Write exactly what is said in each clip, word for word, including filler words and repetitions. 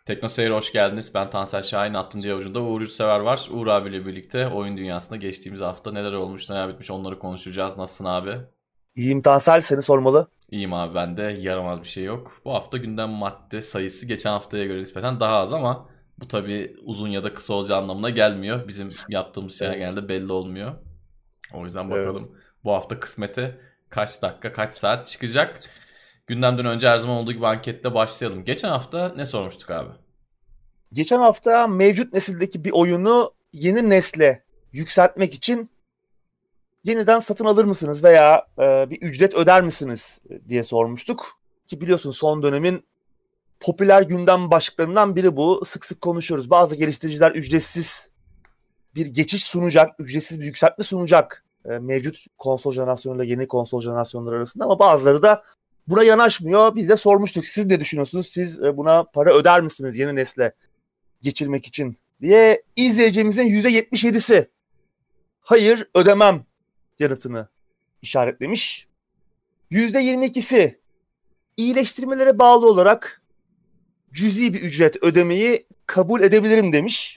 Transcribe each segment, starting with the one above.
Tekno Seyir'e hoş geldiniz. Ben Tansel Şahin. Attın diye ucunda Uğur Yurtsever var. Uğur abiyle birlikte oyun dünyasında geçtiğimiz hafta neler olmuş, neler bitmiş onları konuşacağız. Nasılsın abi? İyiyim Tansel, seni sormalı. İyiyim abi, ben de yaramaz bir şey yok. Bu hafta gündem madde sayısı geçen haftaya göre nispeten daha az ama bu tabii uzun ya da kısa olacağı anlamına gelmiyor. Bizim yaptığımız şeyler Evet, genelde belli olmuyor. O yüzden evet. bakalım bu hafta kısmete kaç dakika, kaç saat çıkacak. Gündemden önce her zaman olduğu gibi anketle başlayalım. Geçen hafta ne sormuştuk abi? Geçen hafta mevcut nesildeki bir oyunu yeni nesle yükseltmek için yeniden satın alır mısınız veya e, bir ücret öder misiniz diye sormuştuk. Ki biliyorsun son dönemin popüler gündem başlıklarından biri bu. Sık sık konuşuyoruz. Bazı geliştiriciler ücretsiz bir geçiş sunacak, ücretsiz bir yükseltme sunacak e, mevcut konsol jenerasyonuyla yeni konsol jenerasyonları arasında, ama bazıları da buna yanaşmıyor. Biz de sormuştuk. Siz ne düşünüyorsunuz? Siz e, buna para öder misiniz yeni nesle geçirmek için diye. İzleyicimizin yüzde yetmiş yedisi hayır ödemem yanıtını işaretlemiş. yüzde yirmi ikisi iyileştirmelere bağlı olarak cüzi bir ücret ödemeyi kabul edebilirim demiş.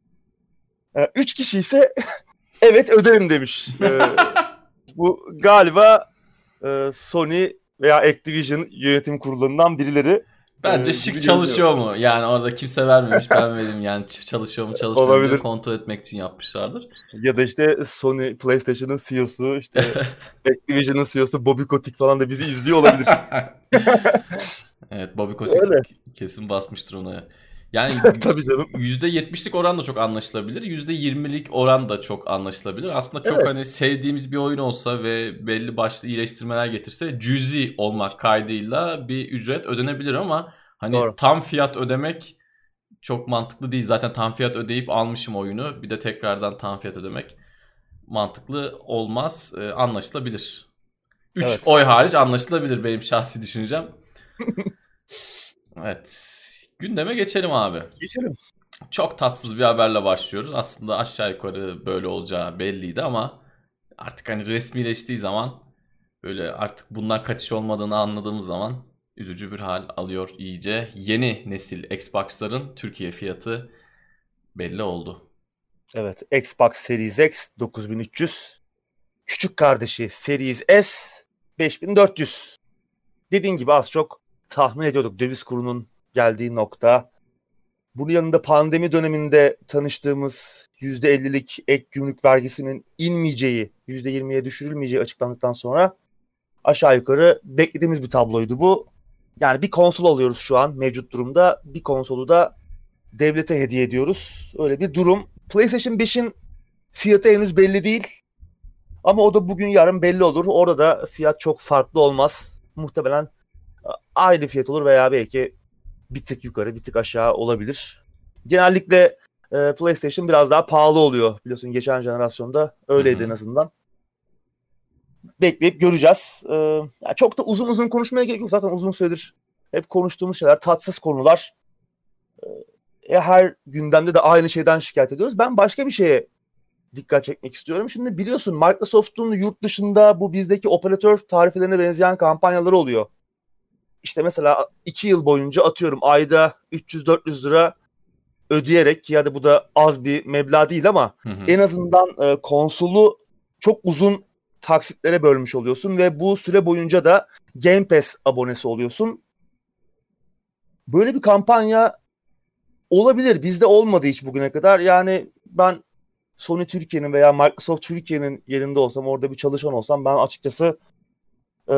Ee, Üç kişi ise evet öderim demiş. Ee, bu galiba e, Sony veya Activision yönetim kurulundan birileri Bence e, şık gibi görünüyor. çalışıyor mu? Yani orada kimse vermemiş, ben vereyim. Yani ç- çalışıyor mu çalışmıyor mu diye Olabilir. kontrol etmek için yapmışlardır. Ya da işte Sony PlayStation'ın C E O'su, işte Activision'ın C E O'su Bobby Kotick falan da bizi izliyor olabilir. Evet, Bobby Öyle. Kotick kesin basmıştır ona. Yani Tabii canım. yüzde yetmişlik oran da çok anlaşılabilir. yüzde yirmilik oran da çok anlaşılabilir. Aslında çok Evet. hani sevdiğimiz bir oyun olsa ve belli başlı iyileştirmeler getirse cüzi olmak kaydıyla bir ücret ödenebilir ama hani Doğru. tam fiyat ödemek çok mantıklı değil. Zaten tam fiyat ödeyip almışım oyunu. Bir de tekrardan tam fiyat ödemek mantıklı olmaz. Ee, anlaşılabilir. Üç Evet. oy hariç anlaşılabilir benim şahsi düşüncem. Evet. Gündeme geçelim abi. Geçelim. Çok tatsız bir haberle başlıyoruz. Aslında aşağı yukarı böyle olacağı belliydi ama artık hani resmileştiği zaman böyle artık bundan kaçış olmadığını anladığımız zaman üzücü bir hal alıyor iyice. Yeni nesil Xbox'ların Türkiye fiyatı belli oldu. Evet. Xbox Series X dokuz bin üç yüz. Küçük kardeşi Series S beş bin dört yüz. Dediğin gibi az çok tahmin ediyorduk döviz kurunun geldiği nokta. Bunun yanında pandemi döneminde tanıştığımız yüzde ellilik ek gümrük vergisinin inmeyeceği, yüzde yirmiye düşürülmeyeceği açıklandıktan sonra aşağı yukarı beklediğimiz bir tabloydu bu. Yani bir konsol alıyoruz şu an mevcut durumda. Bir konsolu da devlete hediye ediyoruz. Öyle bir durum. PlayStation beşin fiyatı henüz belli değil. Ama o da bugün yarın belli olur. Orada da fiyat çok farklı olmaz. Muhtemelen aynı fiyat olur veya belki bir tık yukarı, bir tık aşağı olabilir. Genellikle e, PlayStation biraz daha pahalı oluyor. Biliyorsun geçen jenerasyonda Hı öyleydi en hı. azından. Bekleyip göreceğiz. E, ya çok da uzun uzun konuşmaya gerek yok. Zaten uzun süredir hep konuştuğumuz şeyler, tatsız konular. E, her gündemde de aynı şeyden şikayet ediyoruz. Ben başka bir şeye dikkat çekmek istiyorum. Şimdi biliyorsun Microsoft'un yurt dışında bu bizdeki operatör tarifelerine benzeyen kampanyaları oluyor. İşte mesela iki yıl boyunca atıyorum ayda üç yüz dört yüz lira ödeyerek, ya da bu da az bir meblağ değil ama Hı hı. en azından e, konsolu çok uzun taksitlere bölmüş oluyorsun ve bu süre boyunca da Game Pass abonesi oluyorsun. Böyle bir kampanya olabilir. Bizde olmadı hiç bugüne kadar. Yani ben Sony Türkiye'nin veya Microsoft Türkiye'nin yerinde olsam, orada bir çalışan olsam, ben açıkçası e,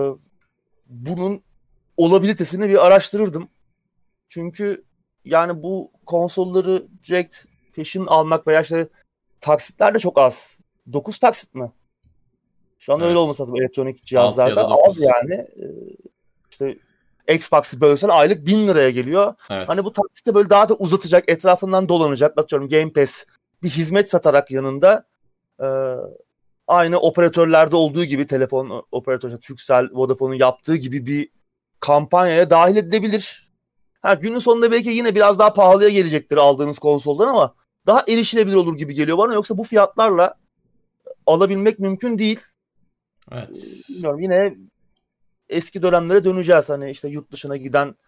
bunun olabilitesini bir araştırırdım. Çünkü yani bu konsolları direkt peşin almak veya işte taksitler de çok az. Dokuz taksit mi? Şu an öyle Evet. olması lazım elektronik altı ya da cihazlarda. Az dokuz. yani. Ee, İşte Xbox'ı bölsen aylık bin liraya geliyor. Hani Evet. bu taksiti böyle daha da uzatacak, etrafından dolanacak. Atıyorum Game Pass bir hizmet satarak yanında, e, aynı operatörlerde olduğu gibi, telefon operatörü Turkcell, Vodafone'un yaptığı gibi bir kampanyaya dahil edilebilir. Ha, günün sonunda belki yine biraz daha pahalıya gelecektir aldığınız konsoldan, ama daha erişilebilir olur gibi geliyor bana. Yoksa bu fiyatlarla alabilmek mümkün değil. Evet. Bilmiyorum, yine eski dönemlere döneceğiz. Hani işte yurt dışına giden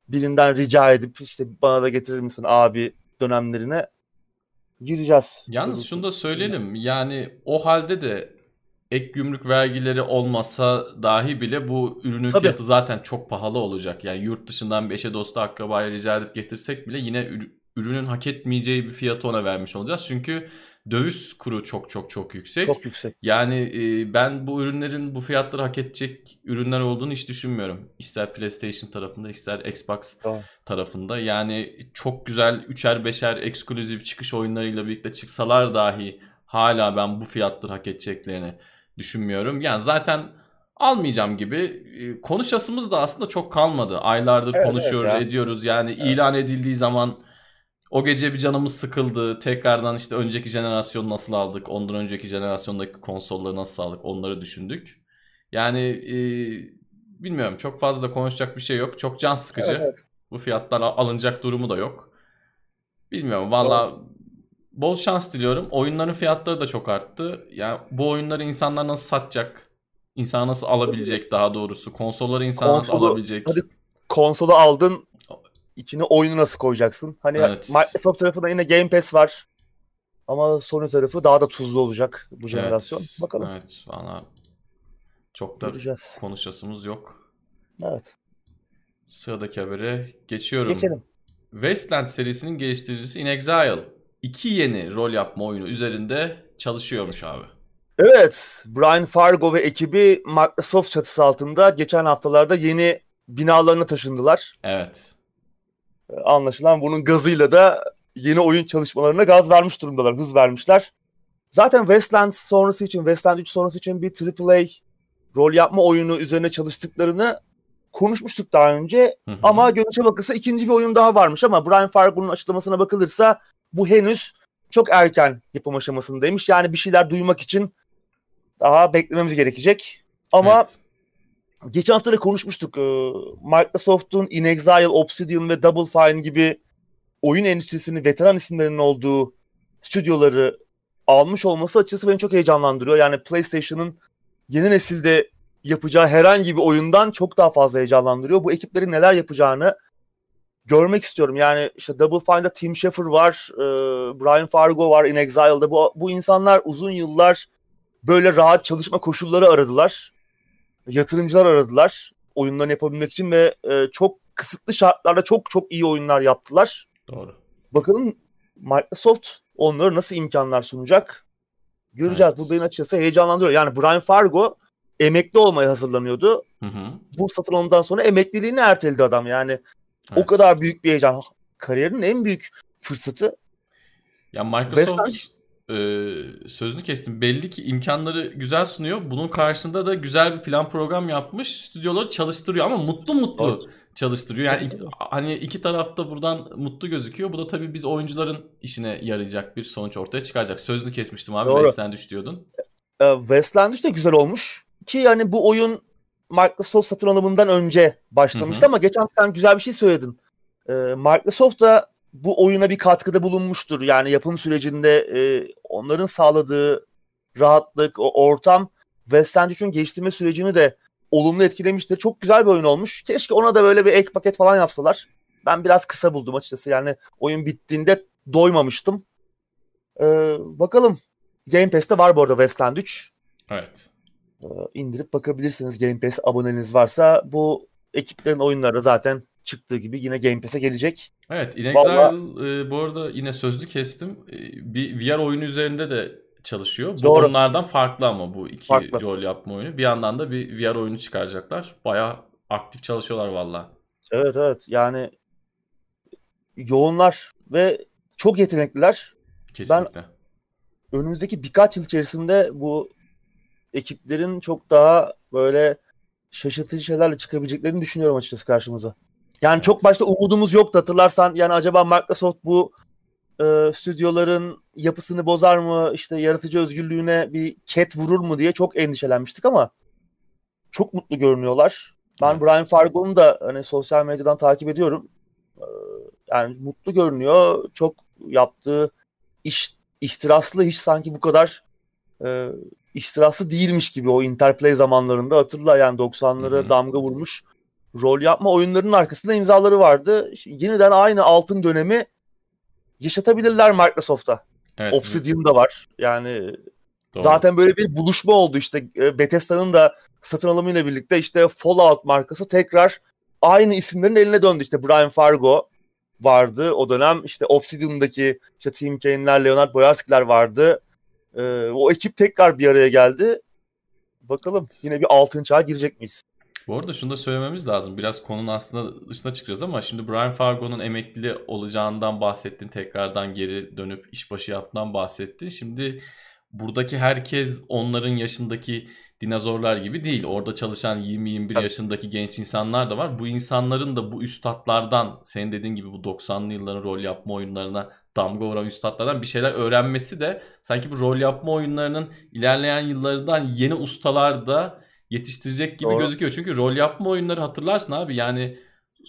birinden rica edip işte bana da getirir misin abi dönemlerine gireceğiz. Yalnız şunu da söyleyelim. Yani o halde de ek gümrük vergileri olmasa dahi bile bu ürünün Tabii. fiyatı zaten çok pahalı olacak. Yani yurt dışından bir eşe dosta akrabaya rica edip getirsek bile yine ürünün hak etmeyeceği bir fiyatı ona vermiş olacağız. Çünkü döviz kuru çok çok çok yüksek. Çok yüksek. Yani e, ben bu ürünlerin bu fiyatları hak edecek ürünler olduğunu hiç düşünmüyorum. İster PlayStation tarafında ister Xbox Tamam. tarafında. Yani çok güzel üçer beşer ekskluzif çıkış oyunlarıyla birlikte çıksalar dahi hala ben bu fiyatları hak edeceklerini düşünmüyorum. Yani zaten almayacağım gibi. Konuşasımız da aslında çok kalmadı. Aylardır evet, konuşuyoruz, evet ediyoruz. Yani evet. ilan edildiği zaman o gece bir canımız sıkıldı. Tekrardan işte önceki jenerasyonu nasıl aldık? Ondan önceki jenerasyondaki konsolları nasıl aldık? Onları düşündük. Yani e, bilmiyorum, çok fazla konuşacak bir şey yok. Çok can sıkıcı. Evet, evet. Bu fiyatlar alınacak durumu da yok. Bilmiyorum valla, bol şans diliyorum. Oyunların fiyatları da çok arttı. Yani bu oyunları insanlar nasıl satacak? İnsan nasıl alabilecek daha doğrusu? Konsolları insan nasıl alabilecek? Hadi konsolu aldın, içine oyunu nasıl koyacaksın? Hani evet. Microsoft tarafında yine Game Pass var. Ama Sony tarafı daha da tuzlu olacak bu jenerasyon. Evet, bakalım. Evet valla çok da Göreceğiz. konuşasımız yok. Evet. Sıradaki habere geçiyorum. Geçelim. Wasteland serisinin geliştiricisi inXile iki yeni rol yapma oyunu üzerinde çalışıyormuş abi. Evet, Brian Fargo ve ekibi Microsoft çatısı altında geçen haftalarda yeni binalarına taşındılar. Evet. Anlaşılan bunun gazıyla da yeni oyun çalışmalarına gaz vermiş durumdalar, hız vermişler. Zaten Wasteland sonrası için, Wasteland üç sonrası için bir Triple A rol yapma oyunu üzerine çalıştıklarını konuşmuştuk daha önce. Hı hı. Ama görünüşe bakılsa ikinci bir oyun daha varmış ama Brian Fargo'nun açıklamasına bakılırsa bu henüz çok erken yapım aşamasındaymış. Yani bir şeyler duymak için daha beklememiz gerekecek. Ama evet. Geçen hafta da konuşmuştuk. Microsoft'un inXile, Obsidian ve Double Fine gibi oyun endüstrisinin veteran isimlerinin olduğu stüdyoları almış olması açıkçası beni çok heyecanlandırıyor. Yani PlayStation'ın yeni nesilde yapacağı herhangi bir oyundan çok daha fazla heyecanlandırıyor. Bu ekiplerin neler yapacağını görmek istiyorum. Yani işte Double Fine'da Tim Schafer var, Brian Fargo var inXile'da. Bu, bu insanlar uzun yıllar böyle rahat çalışma koşulları aradılar. Yatırımcılar aradılar oyunlarını yapabilmek için ve çok kısıtlı şartlarda çok çok iyi oyunlar yaptılar. Doğru. Bakalım Microsoft onlara nasıl imkanlar sunacak? Göreceğiz. Evet. Bu beni açıkçası heyecanlandırıyor. Yani Brian Fargo emekli olmaya hazırlanıyordu. Hı hı. Bu satın alımdan sonra emekliliğini erteledi adam. Yani evet. O kadar büyük bir heyecan. Kariyerinin en büyük fırsatı. Ya Microsoft e, sözünü kestim. Belli ki imkanları güzel sunuyor. Bunun karşında da güzel bir plan program yapmış. Stüdyoları çalıştırıyor ama mutlu mutlu evet. çalıştırıyor. Yani iki, hani iki tarafta buradan mutlu gözüküyor. Bu da tabii biz oyuncuların işine yarayacak bir sonuç ortaya çıkaracak. Sözünü kesmiştim abi. Wasteland üç diyordun. Ee, Wasteland üç de güzel olmuş. Ki yani bu oyun Microsoft satın alımından önce başlamıştı, hı hı. Ama geçen sen güzel bir şey söyledin. Ee, Microsoft da bu oyuna bir katkıda bulunmuştur. Yani yapım sürecinde e, onların sağladığı rahatlık, o ortam Wasteland üçün geliştirme sürecini de olumlu etkilemiştir. Çok güzel bir oyun olmuş. Keşke ona da böyle bir ek paket falan yapsalar. Ben biraz kısa buldum açıkçası. Yani oyun bittiğinde doymamıştım. Ee, bakalım. Game Pass'te var bu arada Wasteland üç. Evet. Ee, indirip bakabilirsiniz Game Pass aboneniz varsa. Bu ekiplerin oyunları zaten çıktığı gibi yine Game Pass'e gelecek. Evet, inXile Vallahi... e, bu arada yine sözlü kestim. E, bir V R oyunu üzerinde de çalışıyor. Bu Doğru. Onlardan farklı ama bu iki farklı. Rol yapma oyunu. Bir yandan da bir V R oyunu çıkaracaklar. Bayağı aktif çalışıyorlar valla. Evet evet, yani yoğunlar ve çok yetenekliler. Kesinlikle. Ben önümüzdeki birkaç yıl içerisinde bu ekiplerin çok daha böyle şaşırtıcı şeylerle çıkabileceklerini düşünüyorum açıkçası karşımıza. Yani evet. Çok başta umudumuz yoktu, hatırlarsan. Yani acaba Microsoft bu e, stüdyoların yapısını bozar mı, işte yaratıcı özgürlüğüne bir ket vurur mu diye çok endişelenmiştik ama çok mutlu görünüyorlar. Ben evet. Brian Fargo'nu da hani sosyal medyadan takip ediyorum. Ee, yani mutlu görünüyor. Çok yaptığı iş ihtiraslı, hiç sanki bu kadar e, ihtiraslı değilmiş gibi o Interplay zamanlarında, hatırla yani doksanlara damga vurmuş rol yapma oyunlarının arkasında imzaları vardı. Şimdi yeniden aynı altın dönemi yaşatabilirler Microsoft'a. Evet. Obsidian da var. Yani Doğru. zaten böyle bir buluşma oldu işte. Bethesda'nın da satın alımıyla birlikte işte Fallout markası tekrar aynı isimlerin eline döndü. İşte Brian Fargo vardı o dönem. İşte Obsidian'daki işte Tim Kane'ler, Leonard Boyarski'ler vardı. Ee, o ekip tekrar bir araya geldi. Bakalım yine bir altın çağa girecek miyiz? Bu arada şunu da söylememiz lazım. Biraz konunun aslında dışına çıkıyoruz ama şimdi Brian Fargo'nun emekli olacağından bahsettin. Tekrardan geri dönüp işbaşı yaptığından bahsettin. Şimdi buradaki herkes onların yaşındaki dinozorlar gibi değil. Orada çalışan yirmi yirmi bir Tabii. yaşındaki genç insanlar da var. Bu insanların da bu üstatlardan, senin dediğin gibi bu doksanlı yılların rol yapma oyunlarına damga vuran üstatlardan bir şeyler öğrenmesi de sanki bu rol yapma oyunlarının ilerleyen yıllarından yeni ustalar da yetiştirecek gibi Doğru. gözüküyor. Çünkü rol yapma oyunları hatırlarsın abi, yani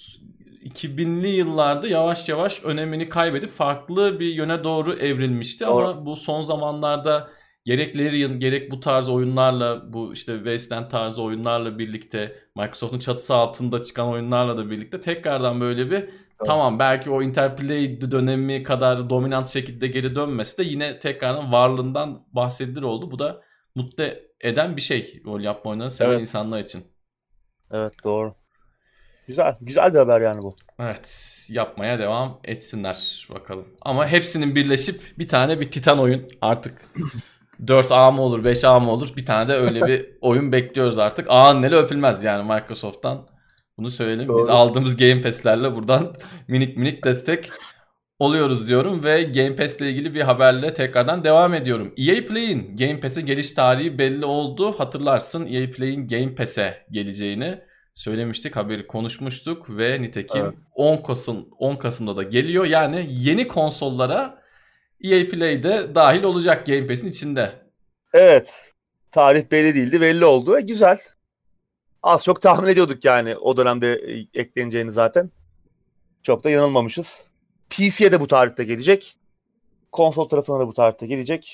iki binli yıllarda yavaş yavaş önemini kaybedip farklı bir yöne doğru evrilmişti. Doğru. Ama bu son zamanlarda gerek Larian gerek bu tarz oyunlarla, bu işte Wasteland tarzı oyunlarla birlikte, Microsoft'un çatısı altında çıkan oyunlarla da birlikte tekrardan böyle bir Doğru. tamam, belki o Interplay dönemi kadar dominant şekilde geri dönmesi de yine tekrardan varlığından bahsedilir oldu. Bu da mutlu eden bir şey rol yapma oyunları seven Evet. insanlar için. Evet, doğru. Güzel. Güzel bir haber yani bu. Evet, yapmaya devam etsinler bakalım. Ama hepsinin birleşip bir tane bir Titan oyun artık dört A mı olur beş A mı olur, bir tane de öyle bir oyun bekliyoruz artık. A'nın eli öpülmez yani Microsoft'tan. Bunu söyleyelim. Doğru. Biz aldığımız Game Pass'lerle buradan minik minik destek oluyoruz diyorum ve Game Pass'le ilgili bir haberle tekrardan devam ediyorum. E A Play'in Game Pass'e geliş tarihi belli oldu. Hatırlarsın, E A Play'in Game Pass'e geleceğini söylemiştik, haberi konuşmuştuk ve nitekim Evet. on Kasım on Kasım'da da geliyor. Yani yeni konsollara E A Play de dahil olacak Game Pass'in içinde. Evet. Tarih belli değildi, belli oldu. E, güzel. Az çok tahmin ediyorduk yani o dönemde e, ekleneceğini zaten. Çok da yanılmamışız. P C'ye de bu tarihte gelecek. Konsol tarafına da bu tarihte gelecek.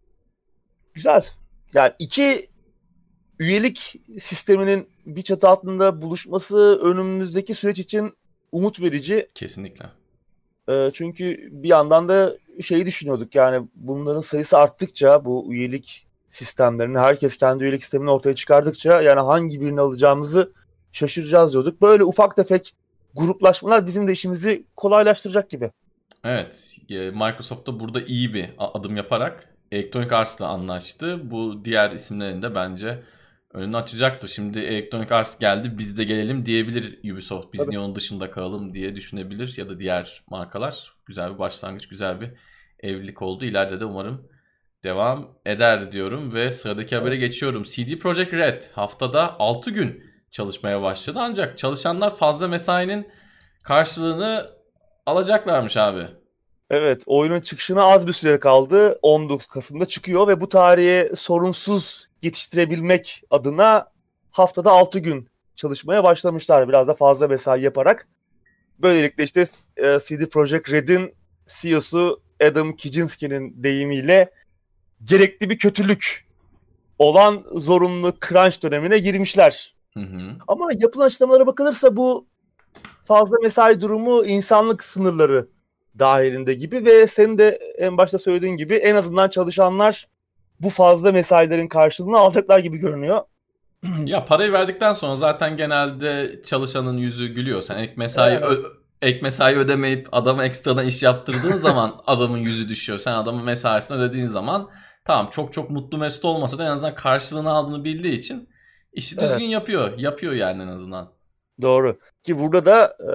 Güzel. Yani iki üyelik sisteminin bir çatı altında buluşması önümüzdeki süreç için umut verici. Kesinlikle. E, çünkü bir yandan da şeyi düşünüyorduk yani bunların sayısı arttıkça, bu üyelik sistemlerini herkes kendi üyelik sistemini ortaya çıkardıkça yani hangi birini alacağımızı şaşıracağız diyorduk. Böyle ufak tefek gruplaşmalar bizim de işimizi kolaylaştıracak gibi. Evet, Microsoft da burada iyi bir adım yaparak Electronic Arts'la anlaştı. Bu diğer isimlerin de bence önünü açacaktır. Şimdi Electronic Arts geldi, biz de gelelim diyebilir Ubisoft. Biz Tabii. niye onun dışında kalalım diye düşünebilir ya da diğer markalar. Güzel bir başlangıç, güzel bir evlilik oldu. İleride de umarım devam eder diyorum ve sıradaki habere geçiyorum. C D Projekt Red haftada altı gün çalışmaya başladı. Ancak çalışanlar fazla mesainin karşılığını alacaklarmış abi. Evet, oyunun çıkışına az bir süre kaldı. on dokuz Kasım'da çıkıyor ve bu tarihe sorunsuz yetiştirebilmek adına haftada altı gün çalışmaya başlamışlar. Biraz da fazla mesai yaparak. Böylelikle işte e, C D Projekt Red'in C E O'su Adam Kaczynski'nin deyimiyle gerekli bir kötülük olan zorunlu crunch dönemine girmişler. Hı hı. Ama yapılan açıklamalara bakılırsa bu fazla mesai durumu insanlık sınırları dahilinde gibi ve senin de en başta söylediğin gibi en azından çalışanlar bu fazla mesailerin karşılığını alacaklar gibi görünüyor. Ya parayı verdikten sonra zaten genelde çalışanın yüzü gülüyor. Sen ek mesai Evet. ö- ek mesai ödemeyip adama ekstradan iş yaptırdığın zaman adamın yüzü düşüyor. Sen adamın mesaisini ödediğin zaman tamam, çok çok mutlu mesut olmasa da en azından karşılığını aldığını bildiği için işi düzgün Evet. yapıyor. Yapıyor yani en azından. Doğru. Ki burada da e,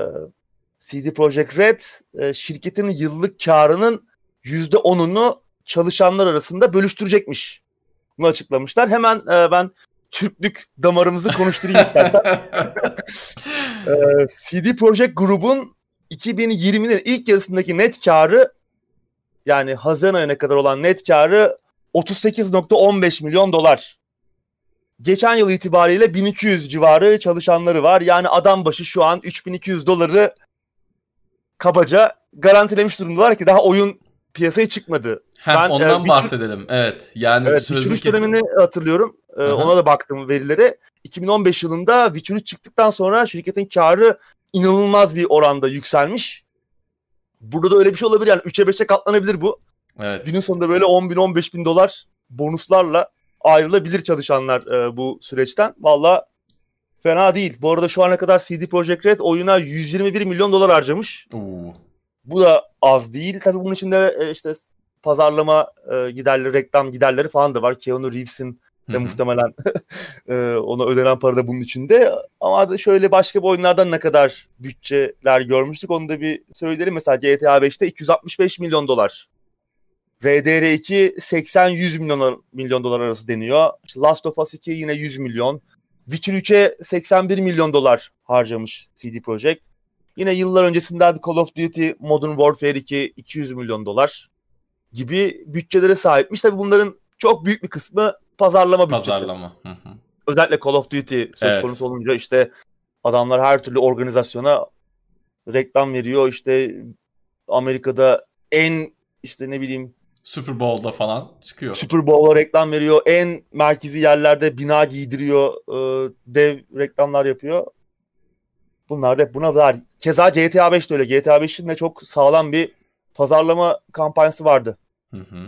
C D Projekt Red e, şirketin yıllık karının yüzde onunu çalışanlar arasında bölüştürecekmiş. Bunu açıklamışlar. Hemen e, ben Türklük damarımızı konuşturayım istersen. e, C D Projekt Group'un iki bin yirminin ilk yarısındaki net karı, yani Haziran ayına kadar olan net karı otuz sekiz nokta on beş milyon dolar. Geçen yıl itibariyle bin iki yüz civarı çalışanları var. Yani adam başı şu an üç bin iki yüz doları kabaca garantilemiş durumdalar ki daha oyun piyasaya çıkmadı. Heh, ben ondan e, Witcher, bahsedelim. Evet. Yani evet, sözünü Witcher üç kesin. dönemini hatırlıyorum. E, ona da baktım verilere. iki bin on beş yılında Witcher üç çıktıktan sonra şirketin karı inanılmaz bir oranda yükselmiş. Burada da öyle bir şey olabilir yani. üçe beşe katlanabilir bu. Evet. Günün sonunda böyle on bin on beş bin dolar bonuslarla ayrılabilir çalışanlar e, bu süreçten. Valla fena değil. Bu arada şu ana kadar C D Projekt Red oyuna yüz yirmi bir milyon dolar harcamış. Oo. Bu da az değil. Tabii bunun içinde e, işte pazarlama e, giderleri, reklam giderleri falan da var. Keanu Reeves'in de muhtemelen e, ona ödenen para da bunun içinde. Ama şöyle başka bir oyunlardan ne kadar bütçeler görmüştük onu da bir söyleyelim. Mesela G T A beşte iki yüz altmış beş milyon dolar. R D R iki seksen yüz milyon, milyon dolar arası deniyor. İşte Last of Us iki yine yüz milyon. Witcher üçe seksen bir milyon dolar harcamış C D Projekt. Yine yıllar öncesinden Call of Duty Modern Warfare iki iki yüz milyon dolar gibi bütçelere sahipmiş. Tabii bunların çok büyük bir kısmı pazarlama bütçesi. Pazarlama. Hı hı. Özellikle Call of Duty söz Evet. konusu olunca işte adamlar her türlü organizasyona reklam veriyor. İşte Amerika'da en işte ne bileyim Super Bowl'da falan çıkıyor. Super Bowl'a reklam veriyor. En merkezi yerlerde bina giydiriyor. E, dev reklamlar yapıyor. Bunlar da hep buna var. Keza G T A beş de öyle. G T A beşin de çok sağlam bir pazarlama kampanyası vardı. Hı hı.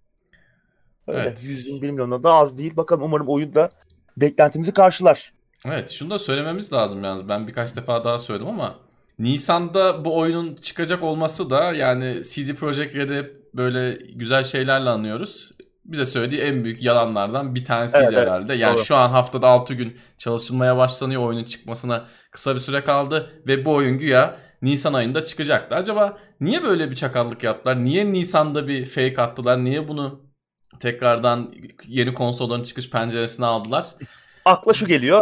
Öyle. Evet. yüz yirmi bir milyondan da az değil. Bakalım umarım oyun da beklentimizi karşılar. Evet, şunu da söylememiz lazım yalnız. Ben birkaç defa daha söyledim ama Nisan'da bu oyunun çıkacak olması da yani C D Projekt Red'i böyle güzel şeylerle anıyoruz. Bize söylediği en büyük yalanlardan bir tanesiydi Evet, evet. herhalde. Yani Doğru. şu an haftada altı gün çalışılmaya başlanıyor. Oyunun çıkmasına kısa bir süre kaldı ve bu oyun güya Nisan ayında çıkacaktı. Acaba niye böyle bir çakallık yaptılar? Niye Nisan'da bir fake attılar? Niye bunu tekrardan yeni konsolların çıkış penceresine aldılar? Akla şu geliyor.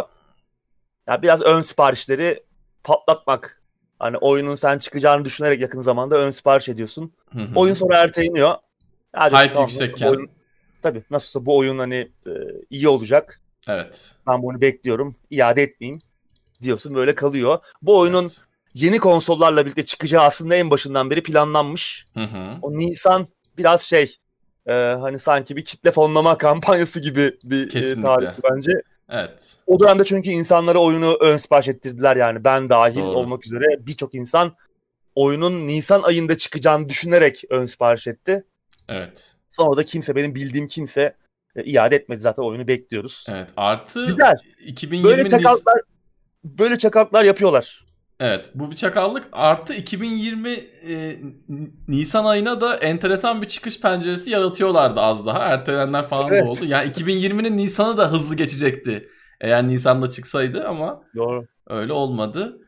Ya biraz ön siparişleri patlatmak. Hani oyunun sen çıkacağını düşünerek yakın zamanda ön sipariş ediyorsun. Hı hı. Oyun sonra erteleniyor. Ya diyorsun, Hype tamam, yüksekken. bu oyun, tabii nasılsa bu oyun hani e, iyi olacak. Evet. Ben bunu bekliyorum. İade etmeyeyim diyorsun, böyle kalıyor. Bu oyunun Evet. yeni konsollarla birlikte çıkacağı aslında en başından beri planlanmış. Hı hı. O Nisan biraz şey e, hani sanki bir kitle fonlama kampanyası gibi bir e, Kesinlikle. tarih bence. Evet. O dönemde çünkü insanlara oyunu ön sipariş ettirdiler yani ben dahil Doğru. olmak üzere birçok insan oyunun Nisan ayında çıkacağını düşünerek ön sipariş etti. Evet. Sonra da kimse, benim bildiğim kimse e, iade etmedi, zaten oyunu bekliyoruz. Evet. Artı Güzel. iki bin yirmi Böyle Nis- çakallıklar böyle çakallıklar yapıyorlar. Evet, bu bir çakallık. Artı iki bin yirmi e, Nisan ayına da enteresan bir çıkış penceresi yaratıyorlardı az daha. Ertelenenler falan Evet. da oldu. Yani iki bin yirminin Nisan'ı da hızlı geçecekti. Eğer Nisan'da çıksaydı ama Doğru. öyle olmadı.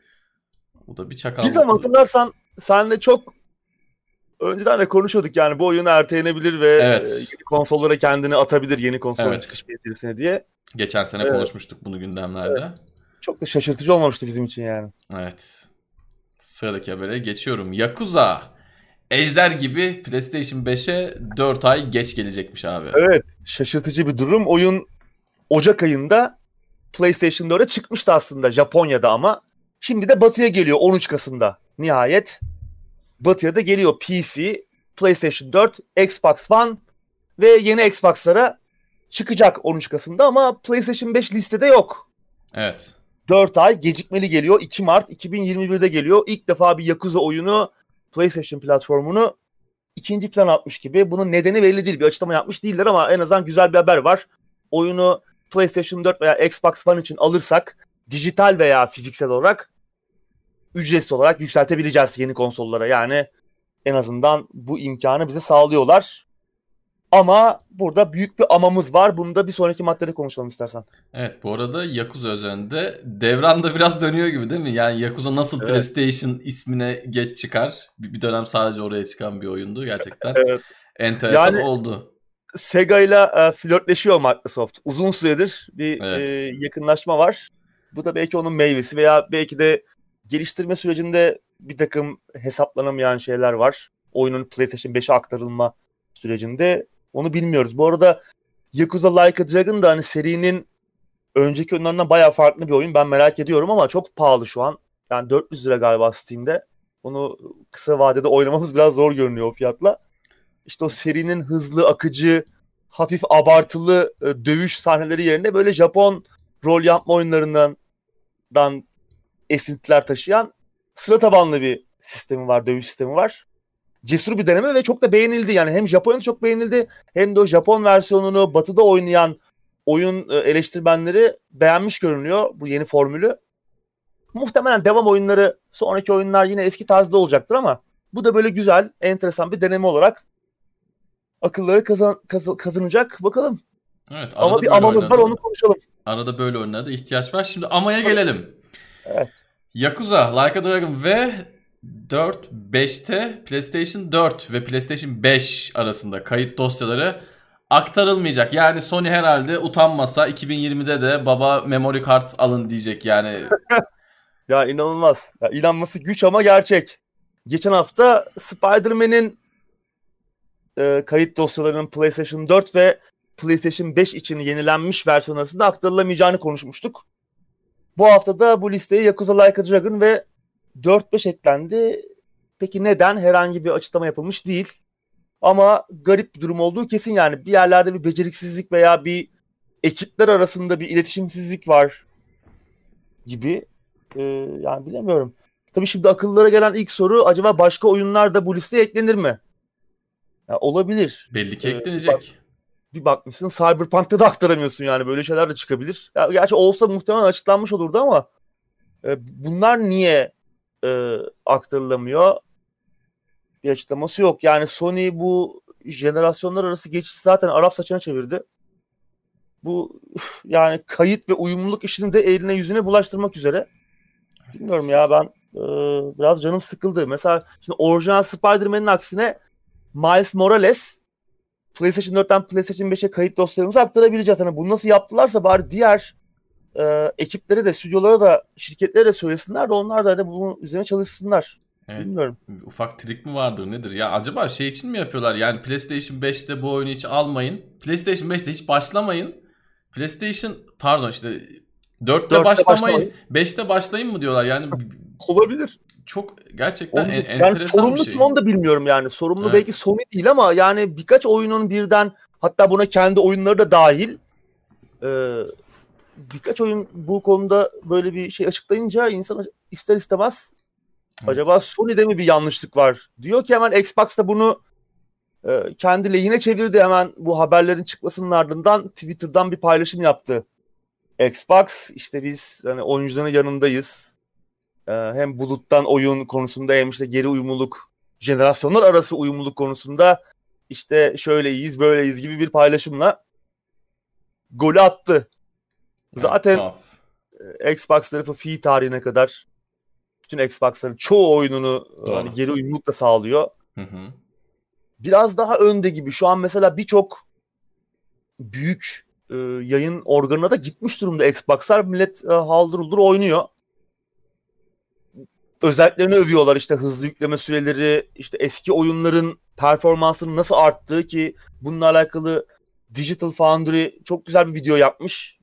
Bu da bir Bir çakallık. zaman hatırlarsan senle çok önceden de konuşuyorduk yani bu oyun ertelenebilir ve Evet. e, yeni konsollara kendini atabilir, yeni konsolun Evet. çıkış penceresine diye. Geçen sene Evet. konuşmuştuk bunu gündemlerde. Evet. Çok da şaşırtıcı olmamıştı bizim için yani. Evet. Sıradaki habere geçiyorum. Yakuza Ejder gibi PlayStation beşe dört ay geç gelecekmiş abi. Evet, şaşırtıcı bir durum. Oyun Ocak ayında PlayStation dörde çıkmıştı aslında Japonya'da ama şimdi de Batı'ya geliyor on üç Kasım'da. Nihayet Batı'ya da geliyor P C, PlayStation dört, Xbox One ve yeni Xbox'lara çıkacak on üç Kasım'da ama PlayStation beş listede yok. Evet. dört ay gecikmeli geliyor. iki Mart iki bin yirmi birde geliyor. İlk defa bir Yakuza oyunu PlayStation platformunu ikinci plan atmış gibi. Bunun nedeni belli değil. Bir açıklama yapmış değiller ama en azından güzel bir haber var. Oyunu PlayStation dört veya Xbox One için alırsak dijital veya fiziksel olarak ücretsiz olarak yükseltebileceğiz yeni konsollara. Yani en azından bu imkanı bize sağlıyorlar. Ama burada büyük bir amamız var. Bunu da bir sonraki maddede konuşalım istersen. Evet, bu arada Yakuza üzerinde devran da biraz dönüyor gibi değil mi? Yani Yakuza nasıl Evet. PlayStation ismine geç çıkar? Bir, bir dönem sadece oraya çıkan bir oyundu gerçekten. Evet. Enteresan Yani oldu. Sega ile e, flörtleşiyor Microsoft. Uzun süredir bir Evet. e, yakınlaşma var. Bu da belki onun meyvesi veya belki de geliştirme sürecinde bir takım hesaplanamayan şeyler var. Oyunun PlayStation beşe aktarılma sürecinde. Onu bilmiyoruz. Bu arada Yakuza Like a Dragon da hani serinin önceki oyunlarından bayağı farklı bir oyun. Ben merak ediyorum ama çok pahalı şu an. Yani dört yüz lira galiba Steam'de. Onu kısa vadede oynamamız biraz zor görünüyor o fiyatla. işte o serinin hızlı, akıcı, hafif abartılı e, dövüş sahneleri yerine böyle Japon rol yapma oyunlarından dan esintiler taşıyan sıra tabanlı bir sistemi var, dövüş sistemi var. Cesur bir deneme ve çok da beğenildi. Yani hem Japonya'da çok beğenildi hem de o Japon versiyonunu Batı'da oynayan oyun eleştirmenleri beğenmiş görünüyor bu yeni formülü. Muhtemelen devam oyunları, sonraki oyunlar yine eski tarzda olacaktır ama bu da böyle güzel, enteresan bir deneme olarak akılları kazan, kaz, kazanacak. Bakalım. Evet, ama bir amamız var, onu konuşalım. Arada böyle oyunlara da ihtiyaç var. Şimdi amaya gelelim. Evet. Yakuza, Like a Dragon ve dört beşte PlayStation dört ve PlayStation beş arasında kayıt dosyaları aktarılmayacak. Yani Sony herhalde utanmasa iki bin yirmide de baba memory kart alın diyecek yani. Ya inanılmaz. Ya inanması güç ama gerçek. Geçen hafta Spider-Man'in e, kayıt dosyalarının PlayStation dört ve PlayStation beş için yenilenmiş versiyon arasında aktarılamayacağını konuşmuştuk. Bu hafta da bu listeye Yakuza Like a Dragon ve dört beş eklendi. Peki neden? Herhangi bir açıklama yapılmış değil. Ama garip bir durum olduğu kesin yani. Bir yerlerde bir beceriksizlik veya bir ekipler arasında bir iletişimsizlik var gibi. Ee, yani bilemiyorum. Tabii şimdi akıllara gelen ilk soru, acaba başka oyunlar da bu listeye eklenir mi? Ya olabilir. Belli ki Ee, eklenecek. Bir, bak, bir bakmışsın Cyberpunk'ta da aktaramıyorsun yani. Böyle şeyler de çıkabilir. Ya, gerçi olsa muhtemelen açıklanmış olurdu ama e, bunlar niye e, aktarılamıyor? Bir açıklaması yok. Yani Sony bu jenerasyonlar arası geçiş zaten Arap saçına çevirdi. Bu yani kayıt ve uyumluluk işini de eline yüzüne bulaştırmak üzere. Bilmiyorum ya, ben e, biraz canım sıkıldı. Mesela şimdi orijinal Spider-Man'in aksine Miles Morales PlayStation dörtten PlayStation beşe kayıt dosyalarımızı aktarabileceğiz. Hani bunu nasıl yaptılarsa bari diğer e, ekiplere de, stüdyolara da, şirketlere de söylesinler de onlar da hani bunun üzerine çalışsınlar. Evet. Bilmiyorum. Ufak trik mi vardır nedir? Ya acaba şey için mi yapıyorlar? Yani PlayStation beşte bu oyunu hiç almayın. PlayStation beşte hiç başlamayın. PlayStation pardon işte dörtte başlamayın. başlamayın. beşte başlayın mı diyorlar? Yani olabilir. Çok gerçekten onu, en, yani enteresan sorumlu bir şey. kim onu da bilmiyorum yani. Sorumlu Evet. belki Sony değil ama yani birkaç oyunun birden, hatta buna kendi oyunları da dahil, e, birkaç oyun bu konuda böyle bir şey açıklayınca insan ister istemez evet, acaba Sony'de mi bir yanlışlık var diyor ki hemen Xbox da bunu e, kendi lehine çevirdi. Hemen bu haberlerin çıkmasının ardından Twitter'dan bir paylaşım yaptı Xbox. İşte biz hani oyuncuların yanındayız. E, hem buluttan oyun konusunda hem işte geri uyumluluk, jenerasyonlar arası uyumluluk konusunda işte şöyleyiz böyleyiz gibi bir paylaşımla golü attı. Zaten evet, Xbox tarafı fi tarihine kadar bütün Xbox'ların çoğu oyununu doğru, hani geri uyumlulukla sağlıyor. Hı hı. Biraz daha önde gibi. Şu an mesela birçok büyük e, yayın organına da gitmiş durumda Xbox'lar. Millet e, haldır uldur oynuyor. Özelliklerini övüyorlar, işte hızlı yükleme süreleri, işte eski oyunların performansının nasıl arttığı, ki bununla alakalı Digital Foundry çok güzel bir video yapmış.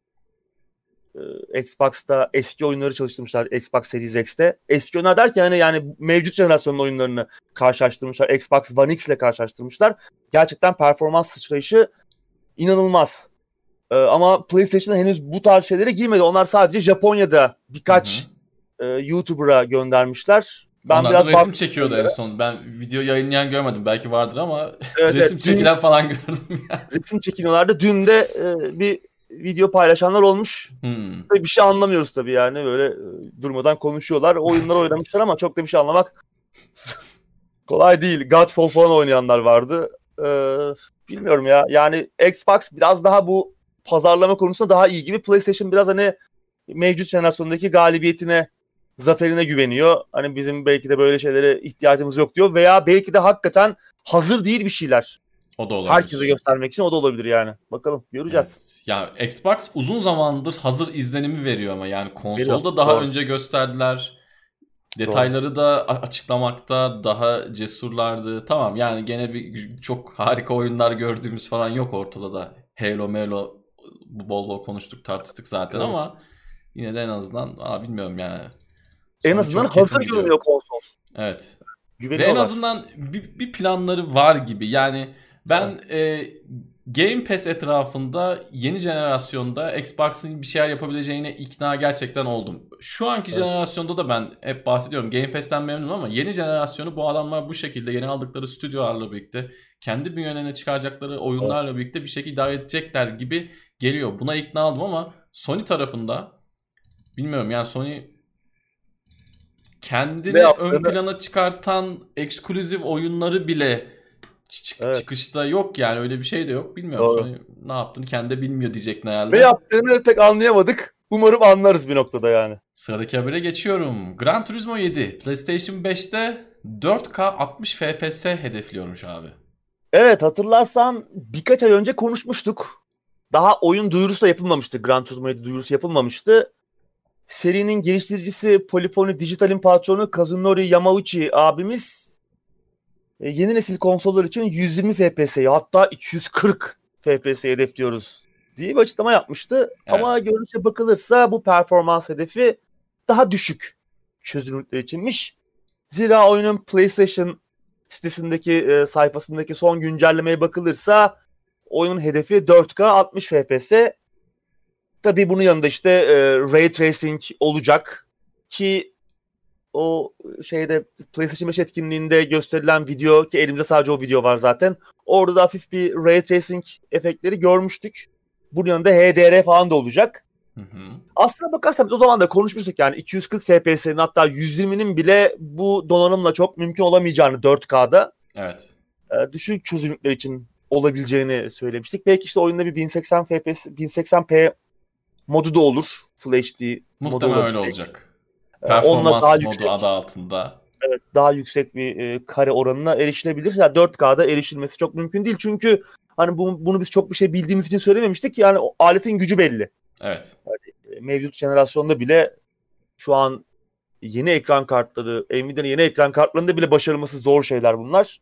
Xbox'ta eski oyunları çalıştırmışlar, Xbox Series X'te. Eski oyunlar derken hani yani mevcut jenerasyonun oyunlarını karşılaştırmışlar. Xbox One X ile karşılaştırmışlar. Gerçekten performans sıçrayışı inanılmaz. Ee, ama PlayStation'a henüz bu tarz şeylere girmedi. Onlar sadece Japonya'da birkaç e, YouTuber'a göndermişler. Ben onlar biraz da resim çekiyordu en son. Ben video yayınlayan görmedim. Belki vardır ama evet, resim evet, çekilen dün, falan gördüm yani. Resim çekiniyorlardı. Dün de e, bir video paylaşanlar olmuş. Hmm. Bir şey anlamıyoruz tabii yani. Böyle durmadan konuşuyorlar. Oyunlar oynamışlar ama çok da bir şey anlamak kolay değil. Godfall falan oynayanlar vardı. Ee, bilmiyorum ya. Yani Xbox biraz daha bu pazarlama konusunda daha iyi gibi. PlayStation biraz hani mevcut jenerasyondaki galibiyetine, zaferine güveniyor. Hani bizim belki de böyle şeylere ihtiyacımız yok diyor. Veya belki de hakikaten hazır değil bir şeyler. O da olabilir. Herkese göstermek için o da olabilir yani. Bakalım, göreceğiz. Evet. Ya Xbox uzun zamandır hazır izlenimi veriyor ama yani konsolda veriyor, daha doğru, önce gösterdiler. Detayları doğru, da açıklamakta daha cesurlardı. Tamam yani gene bir çok harika oyunlar gördüğümüz falan yok ortada da. Halo, Melo bol bol konuştuk, tartıştık zaten evet, ama yine de en azından aa, bilmiyorum yani. Sonra en azından hazır görünüyor konsol. Evet. Ve en Güveniyorlar. azından bir, bir planları var gibi. Yani ben e, Game Pass etrafında yeni jenerasyonda Xbox'ın bir şeyler yapabileceğine ikna gerçekten oldum. Şu anki Evet. jenerasyonda da ben hep bahsediyorum. Game Pass'ten memnunum ama yeni jenerasyonu bu adamlar bu şekilde yeni aldıkları stüdyolarla birlikte kendi bünyelerine çıkaracakları Evet. oyunlarla birlikte bir şekilde idare edecekler gibi geliyor. Buna ikna oldum ama Sony tarafında bilmiyorum yani Sony Ne kendini ön yaptığını, plana çıkartan ekskluzif oyunları bile çık- evet, çıkışta yok yani öyle bir şey de yok. Bilmiyorum doğru. Sony ne yaptığını kendi de bilmiyor diyecektin Ne herhalde. yaptığını pek anlayamadık. Umarım anlarız bir noktada yani. Sıradaki habere geçiyorum. Gran Turismo yedi PlayStation beşte dört K altmış F P S hedefliyormuş abi. Evet, hatırlarsan birkaç ay önce konuşmuştuk. Daha oyun duyurusu da yapılmamıştı. Gran Turismo yedi duyurusu yapılmamıştı. Serinin geliştiricisi Polyphony Digital'in patronu Kazunori Yamauchi abimiz e, yeni nesil konsollar için yüz yirmi F P S'yi, hatta iki yüz kırk F P S hedefliyoruz diye bir açıklama yapmıştı. Ama Evet. görünüşe bakılırsa bu performans hedefi daha düşük çözünürlükler içinmiş. Zira oyunun PlayStation sitesindeki e, sayfasındaki son güncellemeye bakılırsa oyunun hedefi dört K altmış F P S. Tabii bunun yanında işte e, Ray Tracing olacak ki o şeyde PlayStation beş etkinliğinde gösterilen video, ki elimizde sadece o video var zaten. Orada da hafif bir Ray Tracing efektleri görmüştük. Bunun yanında H D R falan da olacak. Hı hı. Aslına bakarsan biz o zaman da konuşmuştuk yani iki yüz kırk F P S'nin, hatta yüz yirminin bile bu donanımla çok mümkün olamayacağını dört K'da Evet. e, düşük çözünürlükler için olabileceğini söylemiştik. Belki işte oyunda bir bin seksen F P S, bin seksen p modu da olur. Full H D modu Muhtemelen öyle olabilir. olacak. E, onunla daha Performans modu yüksek, adı altında. evet, daha yüksek bir e, kare oranına erişilebilir. Yani dört K'da erişilmesi çok mümkün değil. Çünkü hani bu, bunu biz çok bir şey bildiğimiz için söylememiştik. Yani o aletin gücü belli. Evet. E, mevcut jenerasyonda bile şu an yeni ekran kartları, Nvidia'nın yeni ekran kartlarında bile başarılması zor şeyler bunlar.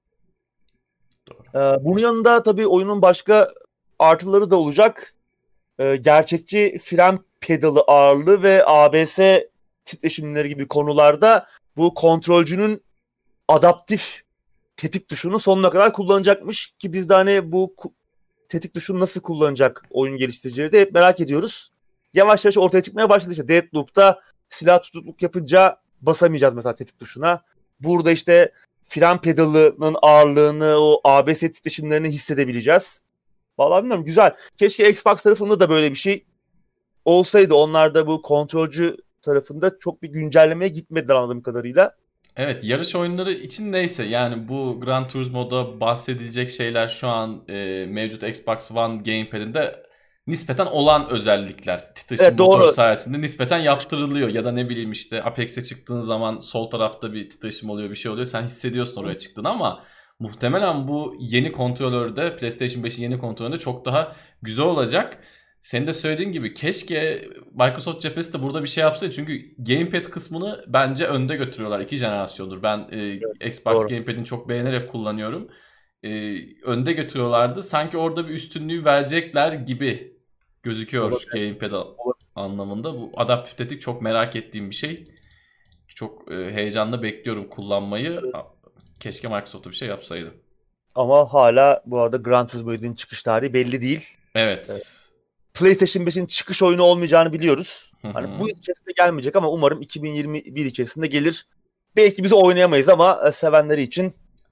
Doğru. Ee, bunun yanında tabii oyunun başka artıları da olacak. Ee, gerçekçi fren pedalı ağırlığı ve A B S titreşimleri gibi konularda bu kontrolcünün adaptif tetik tuşunu sonuna kadar kullanacakmış ki biz de hani bu ku- tetik tuşunu nasıl kullanacak oyun geliştiricileri de hep merak ediyoruz. Yavaş yavaş ortaya çıkmaya başladı işte. Deathloop'ta silah tutukluk yapınca basamayacağız mesela tetik tuşuna. Burada işte fren pedalının ağırlığını, o A B S titreşimlerini hissedebileceğiz. Vallahi bilmiyorum, güzel. Keşke Xbox tarafında da böyle bir şey olsaydı. Onlar da bu kontrolcü tarafında çok bir güncellemeye gitmediler anladığım kadarıyla. Evet, yarış oyunları için neyse yani bu Gran Turismo'da bahsedilecek şeyler şu an e, mevcut Xbox One Gamepad'inde nispeten olan özellikler. Titreşim Evet, motor doğru. sayesinde nispeten yaptırılıyor ya da ne bileyim işte Apex'e çıktığın zaman sol tarafta bir titreşim oluyor, bir şey oluyor, sen hissediyorsun oraya çıktığını ama muhtemelen bu yeni kontrolörde, PlayStation beşin yeni kontrolöründe çok daha güzel olacak. Senin de söylediğin gibi keşke Microsoft cephesi de burada bir şey yapsaydı. Çünkü Gamepad kısmını bence önde götürüyorlar. İki jenerasyondur. Ben Evet, e, Xbox doğru. Gamepad'ini çok beğenerek kullanıyorum. E, önde götürüyorlardı. Sanki orada bir üstünlüğü verecekler gibi gözüküyor Olabilir. Gamepad Olabilir. anlamında. Bu adaptif tetik çok merak ettiğim bir şey. Çok e, heyecanla bekliyorum kullanmayı. Keşke Microsoft bir şey yapsaydı. Ama hala bu arada Gran Turismo yedinin çıkış tarihi belli değil. Evet. Evet. PlayStation beşin çıkış oyunu olmayacağını biliyoruz. Hı Hani hı. bu yıl içerisinde gelmeyecek ama umarım iki bin yirmi bir içerisinde gelir. Belki biz oynayamayız ama e, sevenleri için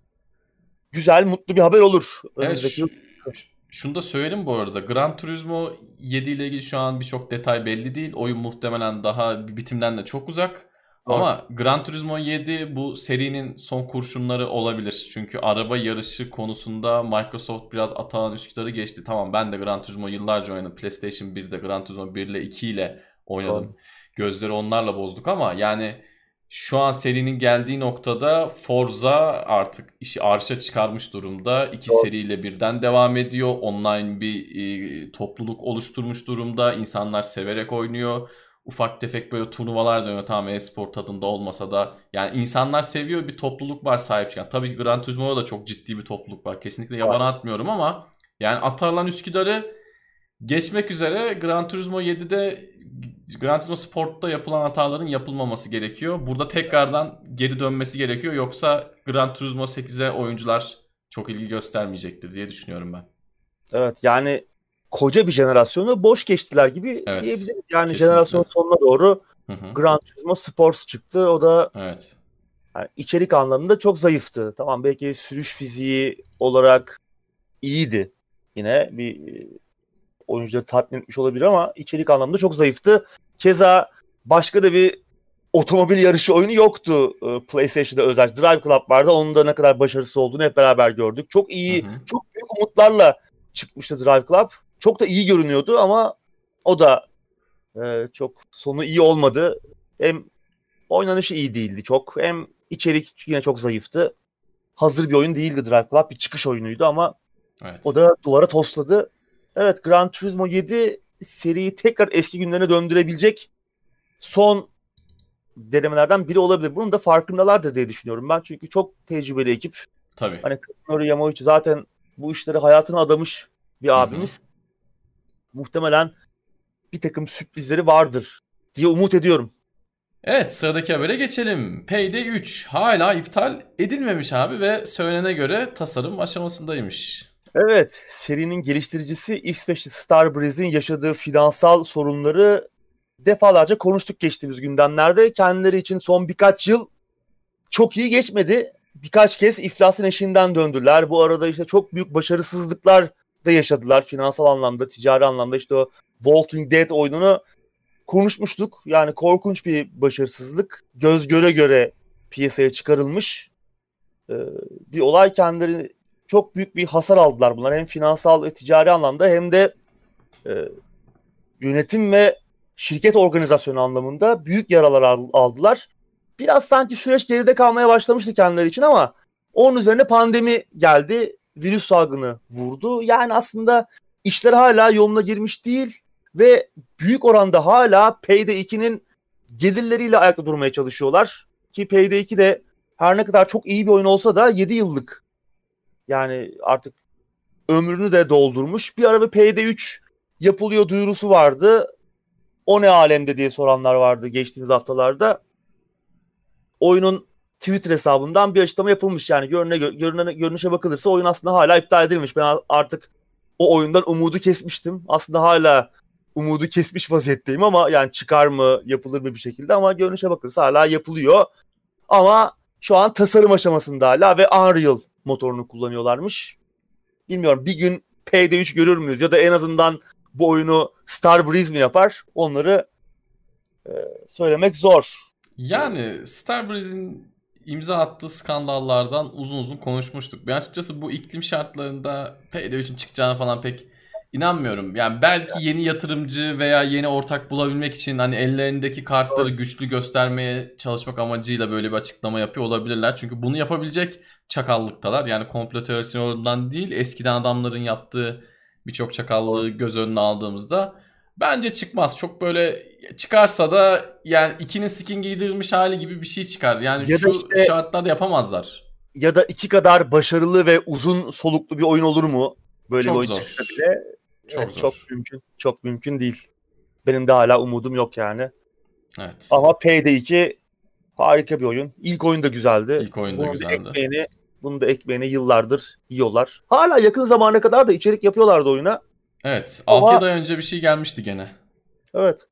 güzel, mutlu bir haber olur Evet, önümüzdeki şu, yıl. ş- şunu da söyleyeyim bu arada. Gran Turismo yedi ile ilgili şu an birçok detay belli değil. Oyun muhtemelen daha bir bitimden de çok uzak. Doğru. Ama Gran Turismo yedi bu serinin son kurşunları olabilir. Çünkü araba yarışı konusunda Microsoft biraz Atalan Üsküdar'ı geçti. Tamam, ben de Gran Turismo yıllarca oynadım. PlayStation birde Gran Turismo bir ile iki ile oynadım. Doğru. Gözleri onlarla bozduk ama yani şu an serinin geldiği noktada Forza artık işi arşa çıkarmış durumda. İki Doğru. seriyle birden devam ediyor. Online bir e, topluluk oluşturmuş durumda. İnsanlar severek oynuyor. Ufak tefek böyle turnuvalar dönüyor. Tamam, e-spor tadında olmasa da. Yani insanlar seviyor, bir topluluk var sahip çıkan. Tabii ki Gran Turismo'da da çok ciddi bir topluluk var. Kesinlikle yabana atmıyorum ama yani Atarlan Üsküdar'ı geçmek üzere. Gran Turismo yedide Gran Turismo Sport'ta yapılan hataların yapılmaması gerekiyor. Burada tekrardan geri dönmesi gerekiyor. Yoksa Gran Turismo sekize oyuncular çok ilgi göstermeyecektir diye düşünüyorum ben. Evet, yani koca bir jenerasyonu boş geçtiler gibi Evet, diyebiliriz. Yani kesinlikle. jenerasyon sonuna doğru Hı hı. Gran Turismo Sports çıktı. O da Evet. yani içerik anlamında çok zayıftı. Tamam, belki sürüş fiziği olarak iyiydi. Yine bir e, oyuncuları tatmin etmiş olabilir ama içerik anlamında çok zayıftı. Keza başka da bir otomobil yarışı oyunu yoktu e, PlayStation'da özel. Drive Club vardı. Onun da ne kadar başarısız olduğunu hep beraber gördük. Çok iyi, Hı hı. çok büyük umutlarla çıkmıştı Drive Club. Çok da iyi görünüyordu ama o da e, çok sonu iyi olmadı. Hem oynanışı iyi değildi çok, hem içerik yine çok zayıftı. Hazır bir oyun değildi Drive Club. Bir çıkış oyunuydu ama Evet. o da duvara tosladı. Evet, Gran Turismo yedi seriyi tekrar eski günlerine döndürebilecek son denemelerden biri olabilir. Bunun da farkındalardır diye düşünüyorum ben. Çünkü çok tecrübeli ekip. Tabii. Hani Kazunori Yamauchi zaten bu işleri hayatına adamış bir abimiz. Hı hı. Muhtemelen bir takım sürprizleri vardır diye umut ediyorum. Evet, sıradaki habere geçelim. Payday üç hala iptal edilmemiş abi ve söylenene göre tasarım aşamasındaymış. Evet, serinin geliştiricisi İsveçli Starbreeze'in yaşadığı finansal sorunları defalarca konuştuk geçtiğimiz gündemlerde. Kendileri için son birkaç yıl çok iyi geçmedi. Birkaç kez iflasın eşiğinden döndüler. Bu arada işte çok büyük başarısızlıklar da yaşadılar finansal anlamda, ticari anlamda. İşte o Walking Dead oyununu konuşmuştuk. Yani korkunç bir başarısızlık. Göz göre göre piyasaya çıkarılmış ee, bir olay. Kendileri çok büyük bir hasar aldılar bunlar. Hem finansal ve ticari anlamda hem de e, yönetim ve şirket organizasyonu anlamında büyük yaralar aldılar. Biraz sanki süreç geride kalmaya başlamıştı kendileri için ama onun üzerine pandemi geldi. Virüs salgını vurdu. Yani aslında işler hala yoluna girmiş değil ve büyük oranda hala Payday ikinin gelirleriyle ayakta durmaya çalışıyorlar. Ki Payday iki de her ne kadar çok iyi bir oyun olsa da yedi yıllık, yani artık ömrünü de doldurmuş. Bir ara bir Payday üç yapılıyor duyurusu vardı. O ne alemde diye soranlar vardı geçtiğimiz haftalarda. Oyunun Twitter hesabından bir açıklama yapılmış. Yani görüne, görüne, görünüşe bakılırsa oyun aslında hala iptal edilmiş. Ben artık o oyundan umudu kesmiştim. Aslında hala umudu kesmiş vaziyetteyim ama yani çıkar mı, yapılır mı bir şekilde, ama görünüşe bakılırsa hala yapılıyor. Ama şu an tasarım aşamasında hala ve Unreal motorunu kullanıyorlarmış. Bilmiyorum, bir gün Payday üç görür müyüz ya da en azından bu oyunu Starbreeze mi yapar? Onları e, söylemek zor. Yani Starbreeze'in imza attığı skandallardan uzun uzun konuşmuştuk. Ben açıkçası bu iklim şartlarında Payday üçün çıkacağına falan pek inanmıyorum. Yani belki yeni yatırımcı veya yeni ortak bulabilmek için hani ellerindeki kartları güçlü göstermeye çalışmak amacıyla böyle bir açıklama yapıyor olabilirler. Çünkü bunu yapabilecek çakallıktalar. Yani komplo teorisyenlerinden değil, eskiden adamların yaptığı birçok çakallığı göz önüne aldığımızda bence çıkmaz. Çok böyle çıkarsa da yani ikinin skin giydirilmiş hali gibi bir şey çıkar. Yani ya şu işte, şartlarda yapamazlar. Ya da iki kadar başarılı ve uzun soluklu bir oyun olur mu? Böyle Çok bir oyun zor. çıksa bile Çok evet, zor. çok mümkün. Çok mümkün değil. Benim de hala umudum yok yani. Evet. Ama Payday iki harika bir oyun. İlk oyun da güzeldi. İlk oyun da bunun güzeldi. Da ekmeğini, bunun da ekmeğini yıllardır yiyorlar. Hala yakın zamana kadar da içerik yapıyorlardı oyuna. Evet. Ama, altı yedi ay önce bir şey gelmişti gene. Evet.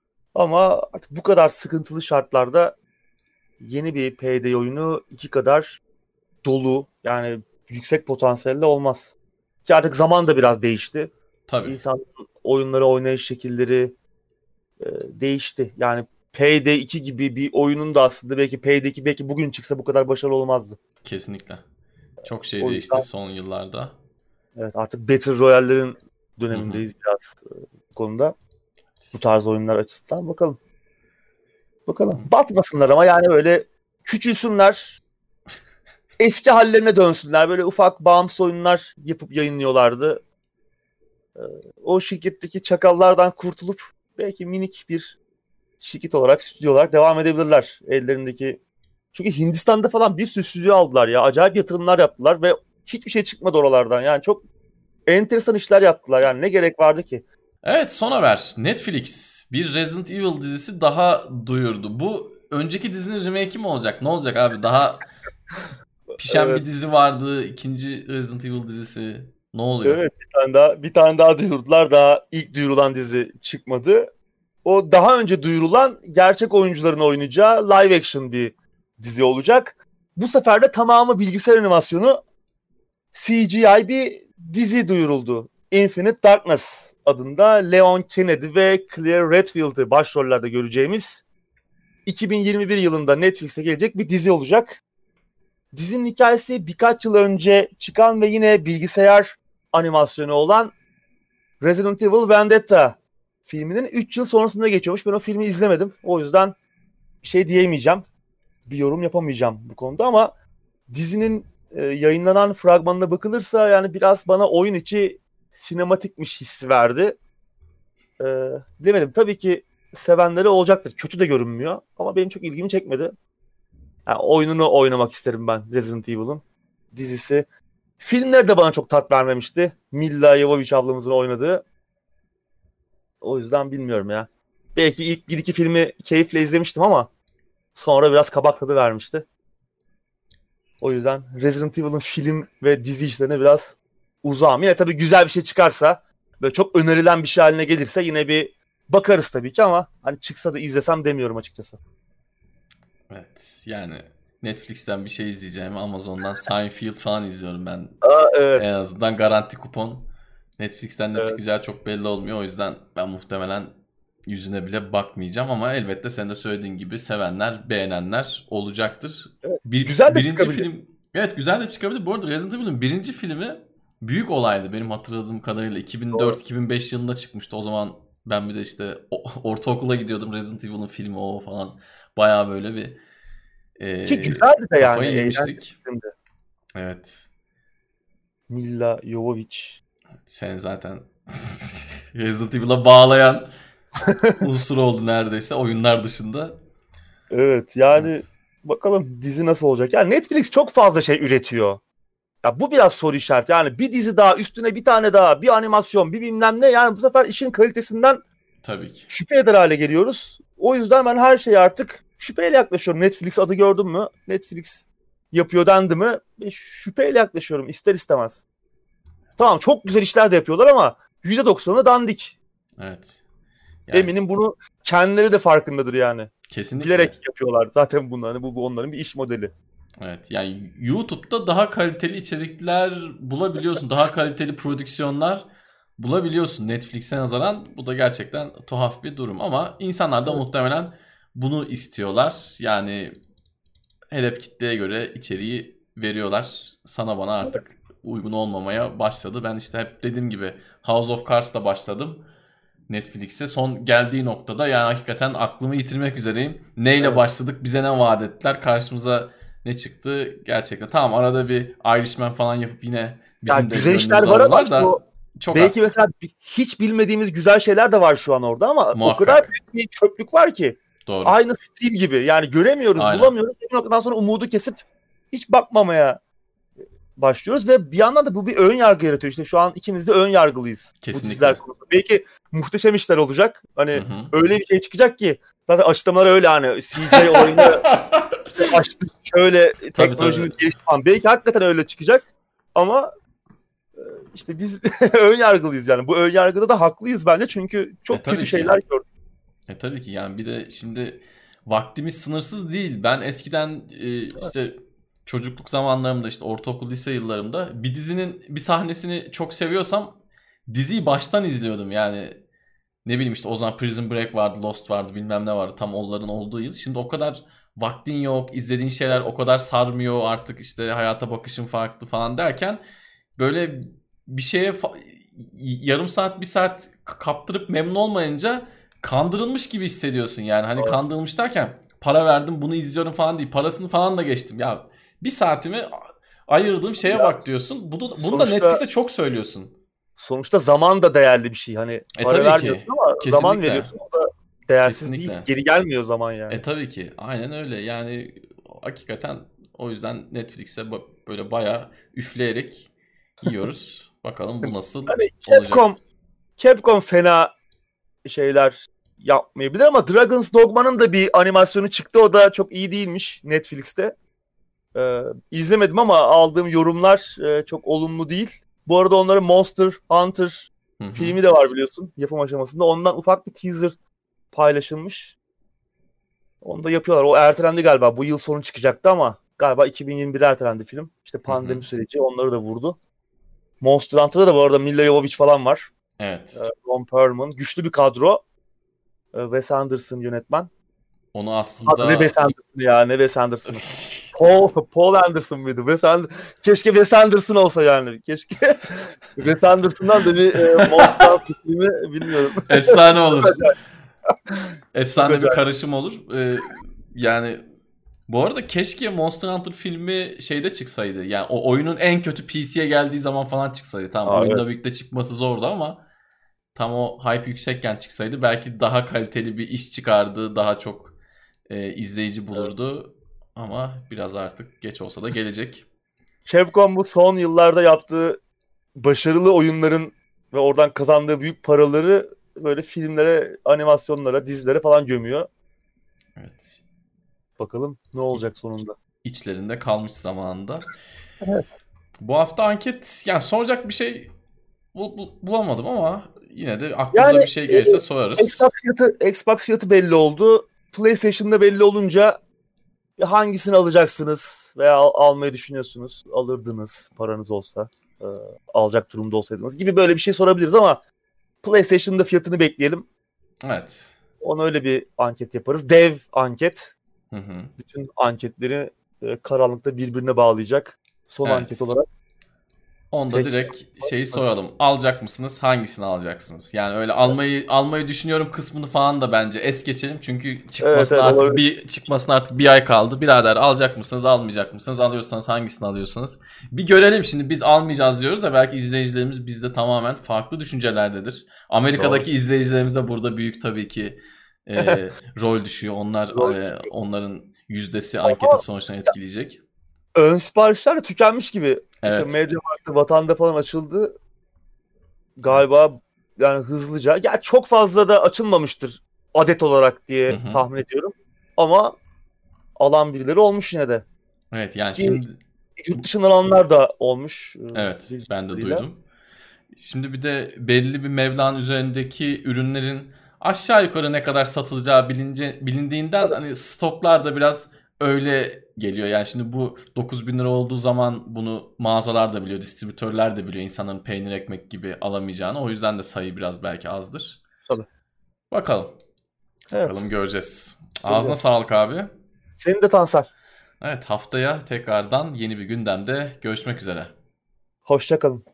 Ama artık bu kadar sıkıntılı şartlarda yeni bir Payday oyunu iki kadar dolu, yani yüksek potansiyelde olmaz. Ki artık zaman da biraz değişti. Tabii. İnsanların oyunları oynayış şekilleri e, değişti. Yani Payday iki gibi bir oyunun da aslında belki Payday iki belki bugün çıksa bu kadar başarılı olmazdı. Kesinlikle. Çok şey O değişti yüzden, son yıllarda. evet, artık Battle Royale'lerin dönemindeyiz biraz e, bu konuda. Bu tarz oyunlar açısından bakalım. Bakalım. Batmasınlar ama yani böyle küçülsünler. Eski hallerine dönsünler. Böyle ufak bağımsız oyunlar yapıp yayınlıyorlardı. O şirketteki çakallardan kurtulup belki minik bir şirket olarak, stüdyo olarak devam edebilirler. Ellerindeki... Çünkü Hindistan'da falan bir sürü stüdyo aldılar ya. Acayip yatırımlar yaptılar ve hiçbir şey çıkmadı oralardan. Yani çok enteresan işler yaptılar. Yani ne gerek vardı ki? Evet, son haber. Netflix bir Resident Evil dizisi daha duyurdu. Bu önceki dizinin remake'i mi olacak? Ne olacak abi? Daha pişen bir Evet. dizi vardı. İkinci Resident Evil dizisi. Ne oluyor? Evet, bir tane daha bir tane daha duyurdular. Daha ilk duyurulan dizi çıkmadı. O daha önce duyurulan gerçek oyuncuların oynayacağı live action bir dizi olacak. Bu sefer de tamamı bilgisayar animasyonu C G I bir dizi duyuruldu. Infinite Darkness adında Leon Kennedy ve Claire Redfield'ı başrollerde göreceğimiz iki bin yirmi bir yılında Netflix'e gelecek bir dizi olacak. Dizinin hikayesi birkaç yıl önce çıkan ve yine bilgisayar animasyonu olan Resident Evil Vendetta filminin üç yıl sonrasında geçiyormuş. Ben o filmi izlemedim. O yüzden bir şey diyemeyeceğim. Bir yorum yapamayacağım bu konuda ama dizinin e, yayınlanan fragmanına bakılırsa yani biraz bana oyun içi sinematikmiş hissi verdi. E, bilemedim. Tabii ki sevenleri olacaktır. Kötü de görünmüyor ama benim çok ilgimi çekmedi. Yani oyununu oynamak isterim ben Resident Evil'ın. Dizisi. Filmler de bana çok tat vermemişti. Milla Jovovich ablamızın oynadığı. O yüzden bilmiyorum ya. Belki ilk bir iki filmi keyifle izlemiştim ama sonra biraz kabak tadı vermişti. O yüzden Resident Evil'ın film ve dizi işlerine biraz uzağım. Yine tabii güzel bir şey çıkarsa ve çok önerilen bir şey haline gelirse yine bir bakarız tabii ki ama hani çıksa da izlesem demiyorum açıkçası. Evet, yani Netflix'ten bir şey izleyeceğim. Amazon'dan Seinfeld falan izliyorum ben. Aa, evet. En azından garanti kupon. Netflix'ten ne Evet. çıkacağı çok belli olmuyor. O yüzden ben muhtemelen yüzüne bile bakmayacağım ama elbette senin de söylediğin gibi sevenler, beğenenler olacaktır. Evet. Bir, Güzel de birinci çıkabilir. film, evet güzel de çıkabilir. Bu arada Resident Evil'ın birinci filmi büyük olaydı benim hatırladığım kadarıyla. Doğru. iki bin dört iki bin beş yılında çıkmıştı. O zaman ben bir de işte ortaokula gidiyordum. Resident Evil'ın filmi o falan. Bayağı böyle bir Ki e, güzeldi de yani. kafayı Eğlenceli yemiştik. filmdi. Evet. Milla Jovovich. Sen zaten Resident Evil'a bağlayan unsur oldu neredeyse oyunlar dışında. Evet yani Evet. bakalım dizi nasıl olacak. Yani Netflix çok fazla şey üretiyor. Ya bu biraz soru işareti. Yani bir dizi daha üstüne bir tane daha bir animasyon bir bilmem ne. Yani bu sefer işin kalitesinden Tabii ki. şüphe eder hale geliyoruz. O yüzden ben her şeye artık şüpheyle yaklaşıyorum. Netflix adı gördüm mü? Netflix yapıyor dendi mi? E, şüpheyle yaklaşıyorum ister istemez. Tamam çok güzel işler de yapıyorlar ama yüzde doksanı dandik. Evet. Yani Eminim bunu kendileri de farkındadır yani. kesinlikle. Bilerek yapıyorlar zaten bunu. Hani bu, bu onların bir iş modeli. Evet. Yani YouTube'da daha kaliteli içerikler bulabiliyorsun. Daha kaliteli prodüksiyonlar bulabiliyorsun Netflix'e nazaran. Bu da gerçekten tuhaf bir durum ama insanlar da Evet. muhtemelen bunu istiyorlar. Yani hedef kitleye göre içeriği veriyorlar. Sana bana artık uygun olmamaya başladı. Ben işte hep dediğim gibi House of Cards'la başladım Netflix'e. Son geldiği noktada yani hakikaten aklımı yitirmek üzereyim. Neyle Evet. başladık? Bize ne vaat ettiler? Karşımıza ne çıktı? Gerçekten tamam arada bir Irishman falan yapıp yine Yani bizim de güzel işler gönlümüzü var ama alıyorlar işte o da çok belki az. mesela hiç bilmediğimiz güzel şeyler de var şu an orada ama o kadar Muhakkak. büyük bir çöplük var ki. Doğru. Aynı Steam gibi. Yani göremiyoruz, Aynen. bulamıyoruz. Bir noktadan sonra umudu kesip hiç bakmamaya başlıyoruz ve bir yandan da bu bir ön yargı yaratıyor. İşte şu an ikimiz de ön yargılıyız bu Kesinlikle. diziler konusunda. Belki muhteşem işler olacak. Hani Hı hı. öyle bir şey çıkacak ki zaten açıklamalar öyle hani C G I olayını işte açtık şöyle teknolojimiz tabii. gelişti falan. Belki hakikaten öyle çıkacak ama e, işte biz ön yargılıyız yani. Bu ön yargıda da haklıyız bence çünkü çok E tabii kötü ki. şeyler gördük. E tabii ki yani bir de şimdi vaktimiz sınırsız değil. Ben eskiden e, işte çocukluk zamanlarımda işte ortaokul lise yıllarımda bir dizinin bir sahnesini çok seviyorsam diziyi baştan izliyordum. Yani ne bileyim işte o zaman Prison Break vardı, Lost vardı, bilmem ne vardı tam onların olduğu yıl. Şimdi o kadar vaktin yok, izlediğin şeyler o kadar sarmıyor artık işte hayata bakışın farklı falan derken böyle bir şeye fa- yarım saat bir saat k- kaptırıp memnun olmayınca kandırılmış gibi hissediyorsun yani. Hani Evet. kandırılmış derken para verdim bunu izliyorum falan değil. Parasını falan da geçtim. Ya bir saatimi ayırdığım şeye Ya, bak diyorsun. Bunu, bunu da sonuçta Netflix'e çok söylüyorsun. sonuçta zaman da değerli bir şey. Hani E para tabii ki. vermiyorsun ama zaman Kesinlikle. veriyorsun. O da değersiz değil. Kesinlikle. Geri gelmiyor zaman E yani. tabii ki. Aynen öyle. Yani hakikaten o yüzden Netflix'e ba- böyle bayağı üfleyerek yiyoruz. Bakalım bu nasıl Hani olacak. Capcom Capcom fena şeyler yapmayabilir ama Dragon's Dogma'nın da bir animasyonu çıktı. O da çok iyi değilmiş Netflix'te. Ee, izlemedim ama aldığım yorumlar e, çok olumlu değil. Bu arada onların Monster Hunter Hı hı. filmi de var biliyorsun yapım aşamasında. Ondan ufak bir teaser paylaşılmış. Onu da yapıyorlar. O ertelendi galiba. Bu yıl sonu çıkacaktı ama galiba iki bin yirmi bire ertelendi film. İşte pandemi Hı hı. süreci onları da vurdu. Monster Hunter'da da bu arada Milla Jovovich falan var. Evet. Ee, Ron Perlman. Güçlü bir kadro. Ee, Wes Anderson yönetmen. Onu Ha, aslında ne Wes Anderson ya ne Wes Anderson'ı. Paul, Paul Anderson mıydı? Wes And- Keşke Wes Anderson olsa yani. Keşke Wes Anderson'dan da bir e, Monster Hunter filmi bilmiyorum. efsane olur. Çok Efsane bir acayip. karışım olur. Ee, yani bu arada keşke Monster Hunter filmi şeyde çıksaydı. Yani o oyunun en kötü P C'ye geldiği zaman falan çıksaydı. Tamam, Aa, oyunda evet. birlikte çıkması zordu ama tam o hype yüksekken çıksaydı belki daha kaliteli bir iş çıkardı. Daha çok e, izleyici bulurdu. Ama biraz artık geç olsa da gelecek. Capcom bu son yıllarda yaptığı başarılı oyunların ve oradan kazandığı büyük paraları böyle filmlere, animasyonlara, dizilere falan gömüyor. Evet. Bakalım ne olacak sonunda. İçlerinde kalmış zamanında. Evet. Bu hafta anket, yani soracak bir şey bu, bu- bulamadım ama yine de aklımıza Yani bir şey gelirse e, sorarız. Xbox fiyatı, Xbox fiyatı belli oldu. PlayStation'da belli olunca hangisini alacaksınız veya al- almayı düşünüyorsunuz? Alırdınız paranız olsa, e, alacak durumda olsaydınız gibi böyle bir şey sorabiliriz ama PlayStation'da fiyatını bekleyelim. Evet. Ona öyle bir anket yaparız. Dev anket. Hı hı. Bütün anketleri e, karanlıkta birbirine bağlayacak. Son anket Evet. olarak Onda tek direkt şeyi soralım. Alacak mısınız? Hangisini alacaksınız? Yani öyle almayı almayı düşünüyorum kısmını falan da bence es geçelim. Çünkü evet çıkmasına evet artık olabilir. bir çıkmasına artık bir ay kaldı. Birader, alacak mısınız? Almayacak mısınız? Alıyorsanız hangisini alıyorsunuz? Bir görelim şimdi, biz almayacağız diyoruz da belki izleyicilerimiz bizde tamamen farklı düşüncelerdedir. Doğru. Amerika'daki izleyicilerimiz de burada büyük tabii ki e, rol düşüyor. Onlar e, onların yüzdesi anketin Ama sonuçlarını etkileyecek. ön siparişler de tükenmiş gibi. İşte Evet. MediaMarkt'ta, Vatan'da falan açıldı. Evet. Galiba yani hızlıca. Ya çok fazla da açılmamıştır adet olarak Hı diye hı. tahmin ediyorum. Ama alan birileri olmuş yine de. Evet, yani Ki şimdi yurt dışından alanlar da olmuş. e, evet, bildiğim ben de kadarıyla. duydum. Şimdi bir de belli bir meblağın üzerindeki ürünlerin aşağı yukarı ne kadar satılacağı bilince, bilindiğinden hani stoklar da biraz öyle geliyor. Yani şimdi bu dokuz bin lira olduğu zaman bunu mağazalar da biliyor, distribütörler de biliyor insanların peynir ekmek gibi alamayacağını. O yüzden de sayı biraz belki azdır. Tabii. Bakalım. Bakalım, Evet. göreceğiz. Ağzına Göreceğiz. sağlık abi. Senin de Tansel. Evet, haftaya tekrardan yeni bir gündemde görüşmek üzere. Hoşça kalın.